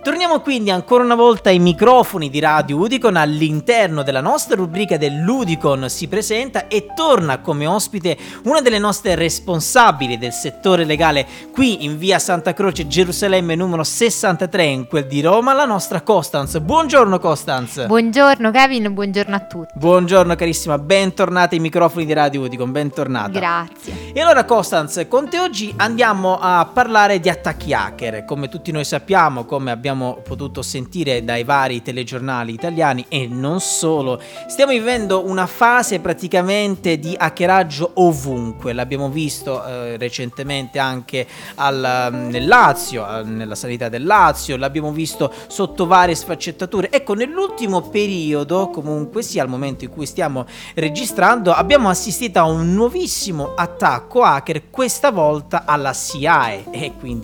Torniamo quindi ancora una volta ai microfoni di Radio Udicon all'interno della nostra rubrica dell'Udicon si presenta e torna come ospite una delle nostre responsabili del settore legale qui in via Santa Croce Gerusalemme numero 63 in quel di Roma, la nostra Costanz. Buongiorno Costanz. Buongiorno Kevin, buongiorno a tutti. Buongiorno carissima, bentornata ai microfoni di Radio Udicon, bentornata. Grazie. E allora Costanz, con te oggi andiamo a parlare di attacchi hacker. Come tutti noi sappiamo, come abbiamo potuto sentire dai vari telegiornali italiani e non solo, stiamo vivendo una fase praticamente di hackeraggio ovunque. L'abbiamo visto recentemente anche nel Lazio, nella sanità del Lazio, l'abbiamo visto sotto varie sfaccettature. Ecco, nell'ultimo periodo, comunque sia al momento in cui stiamo registrando, abbiamo assistito a un nuovissimo attacco hacker, questa volta alla SIAE, e quindi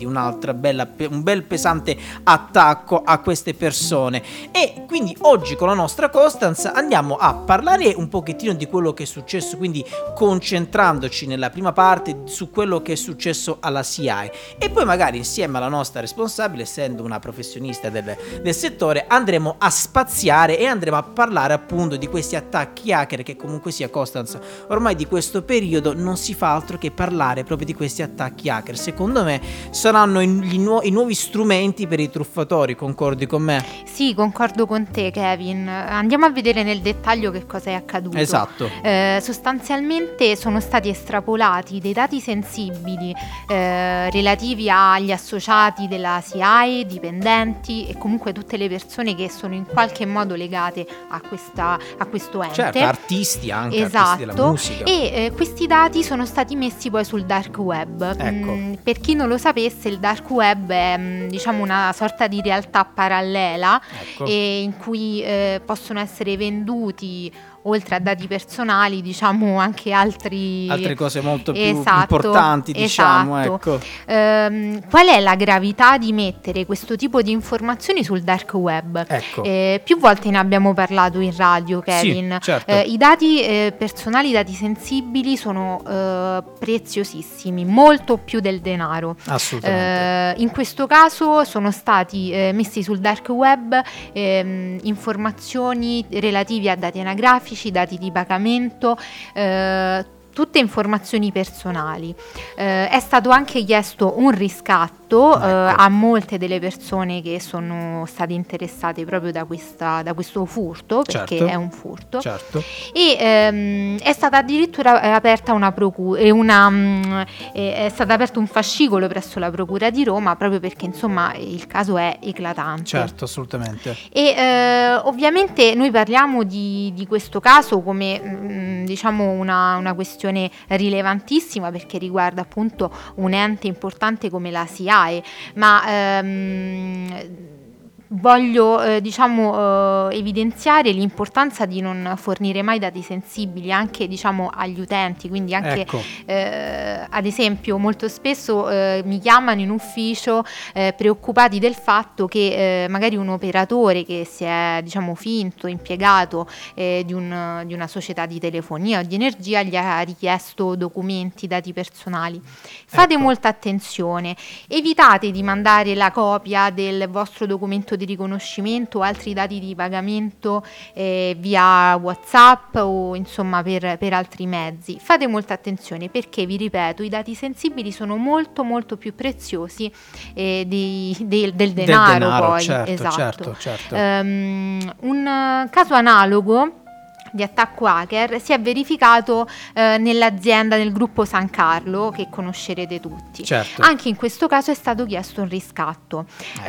un bel pesante attacco a queste persone. E quindi oggi con la nostra Costanz andiamo a parlare un pochettino di quello che è successo, quindi concentrandoci nella prima parte su quello che è successo alla SIAE, e poi magari insieme alla nostra responsabile, essendo una professionista del settore, andremo a spaziare e andremo a parlare appunto di questi attacchi hacker, che comunque sia Costanz, ormai di questo periodo non si fa altro che parlare proprio di questi attacchi hacker. Secondo me saranno i nuovi strumenti per i truffatori, concordi con me? Sì, concordo con te Kevin. Andiamo a vedere nel dettaglio che cosa è accaduto. Esatto. Sostanzialmente sono stati estrapolati dei dati sensibili relativi agli associati della SIAE, dipendenti e comunque tutte le persone che sono in qualche modo legate a questo ente. Certo, artisti anche, esatto. Artisti della musica. E questi dati sono stati messi poi sul dark web. Ecco. Per chi non lo sapesse, il dark web è diciamo una sorta di realtà parallela, ecco. in cui possono essere venduti, oltre a dati personali, diciamo anche altre cose molto più importanti, diciamo. Ecco. Qual è la gravità di mettere questo tipo di informazioni sul dark web? Ecco. Più volte ne abbiamo parlato in radio, Kevin. Sì, certo. I dati personali, i dati sensibili sono preziosissimi, molto più del denaro. Assolutamente. In questo caso sono stati messi sul dark web informazioni relative a dati anagrafici, dati di pagamento, tutte informazioni personali. È stato anche chiesto un riscatto a molte delle persone che sono state interessate proprio da questo furto, perché certo. è un furto. Certo. E è stata addirittura aperta è stato aperto un fascicolo presso la Procura di Roma, proprio perché insomma il caso è eclatante. Certo, assolutamente. E ovviamente noi parliamo di questo caso come diciamo una questione rilevantissima, perché riguarda appunto un ente importante come la SIAE, ma voglio evidenziare l'importanza di non fornire mai dati sensibili anche diciamo agli utenti, quindi anche ecco. Ad esempio molto spesso mi chiamano in ufficio preoccupati del fatto che magari un operatore che si è diciamo finto impiegato di una società di telefonia o di energia gli ha richiesto documenti, dati personali. Fate molta attenzione, evitate di mandare la copia del vostro documento di riconoscimento o altri dati di pagamento via WhatsApp o insomma per altri mezzi. Fate molta attenzione, perché vi ripeto, i dati sensibili sono molto molto più preziosi del denaro poi. Certo, esatto. certo. Un caso analogo di attacco hacker si è verificato nell'azienda, nel gruppo San Carlo, che conoscerete tutti. Certo. Anche in questo caso è stato chiesto un riscatto.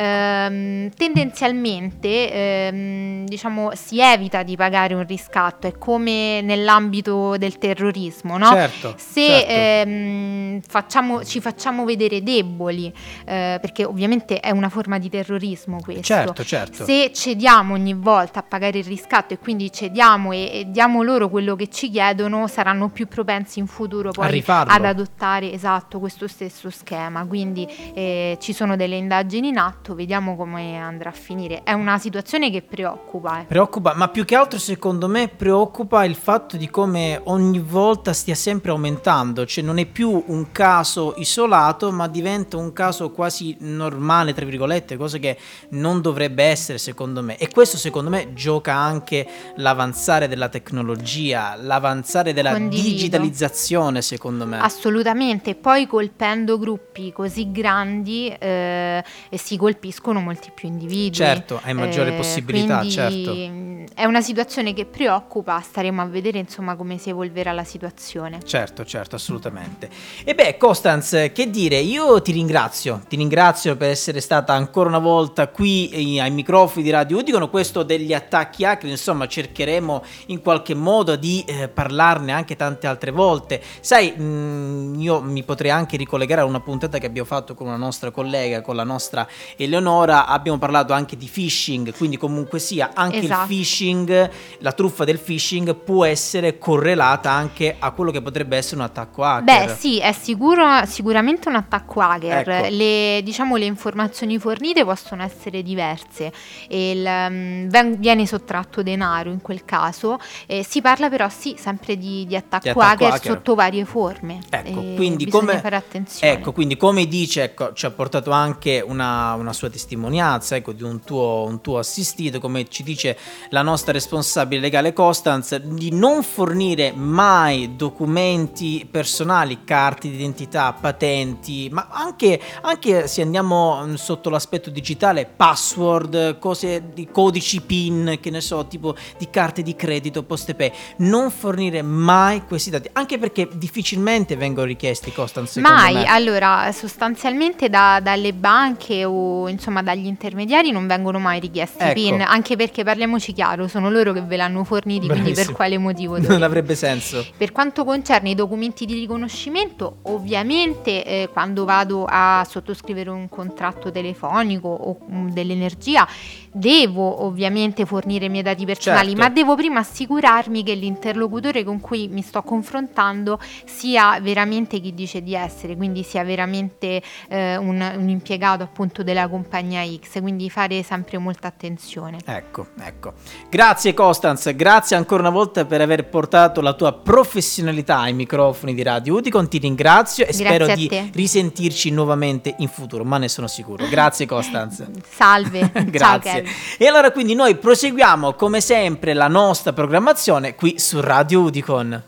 Tendenzialmente diciamo si evita di pagare un riscatto, è come nell'ambito del terrorismo, no? Certo. Se ci facciamo vedere deboli, perché ovviamente è una forma di terrorismo questo. Certo. Se cediamo ogni volta a pagare il riscatto e quindi cediamo e diamo loro quello che ci chiedono, saranno più propensi in futuro poi ad adottare questo stesso schema. Quindi ci sono delle indagini in atto, vediamo come andrà a finire. È una situazione che preoccupa. Preoccupa, ma più che altro secondo me preoccupa il fatto di come ogni volta stia sempre aumentando, cioè non è più un caso isolato, ma diventa un caso quasi normale, tra virgolette, cosa che non dovrebbe essere secondo me. E questo secondo me gioca anche l'avanzare della tecnologia, l'avanzare della digitalizzazione, secondo me. Assolutamente, poi colpendo gruppi così grandi si colpiscono molti più individui. Certo, hai maggiore possibilità, quindi certo. È una situazione che preoccupa, staremo a vedere insomma come si evolverà la situazione. Certo, assolutamente. E beh, Costanz, che dire, io ti ringrazio per essere stata ancora una volta qui ai microfoni di Radio Udicon. Questo degli attacchi hacker, insomma, cercheremo in qualche modo di parlarne anche tante altre volte. Sai, io mi potrei anche ricollegare a una puntata che abbiamo fatto con una nostra collega, con la nostra Eleonora. Abbiamo parlato anche di phishing, quindi comunque sia anche il phishing, la truffa del phishing può essere correlata anche a quello che potrebbe essere un attacco hacker. Beh sì, è sicuramente un attacco hacker. Ecco. Le informazioni fornite possono essere diverse e viene sottratto denaro in quel caso. Si parla però sempre di attacco hacker sotto varie forme. Ecco, quindi bisogna fare attenzione. Ecco, quindi come dice, ci ha portato anche una sua testimonianza, ecco, di un tuo assistito, come ci dice la nostra responsabile legale Costanz, di non fornire mai documenti personali, carte d'identità, patenti, ma anche se andiamo sotto l'aspetto digitale, password, cose di codici PIN, che ne so, tipo di carte di credito, poste pay. Non fornire mai questi dati, anche perché difficilmente vengono richiesti, Costanz, mai me. Allora, sostanzialmente dalle banche o insomma dagli intermediari non vengono mai richiesti PIN, anche perché, parliamoci chiaro, sono loro che ve l'hanno forniti. Bravissimo. Quindi per quale motivo non avrebbe senso. Per quanto concerne i documenti di riconoscimento, ovviamente quando vado a sottoscrivere un contratto telefonico o dell'energia devo ovviamente fornire i miei dati personali, ma devo prima assicurarmi che l'interlocutore con cui mi sto confrontando sia veramente chi dice di essere, quindi sia veramente un impiegato appunto della compagnia X, quindi fare sempre molta attenzione. Ecco. Grazie Costanz, grazie ancora una volta per aver portato la tua professionalità ai microfoni di Radio Udicon. Ti ringrazio e spero di risentirci nuovamente in futuro, ma ne sono sicuro. Grazie Costanz. Salve. Grazie. Ciao, e allora quindi noi proseguiamo come sempre la nostra programmazione qui su Radio Udicon.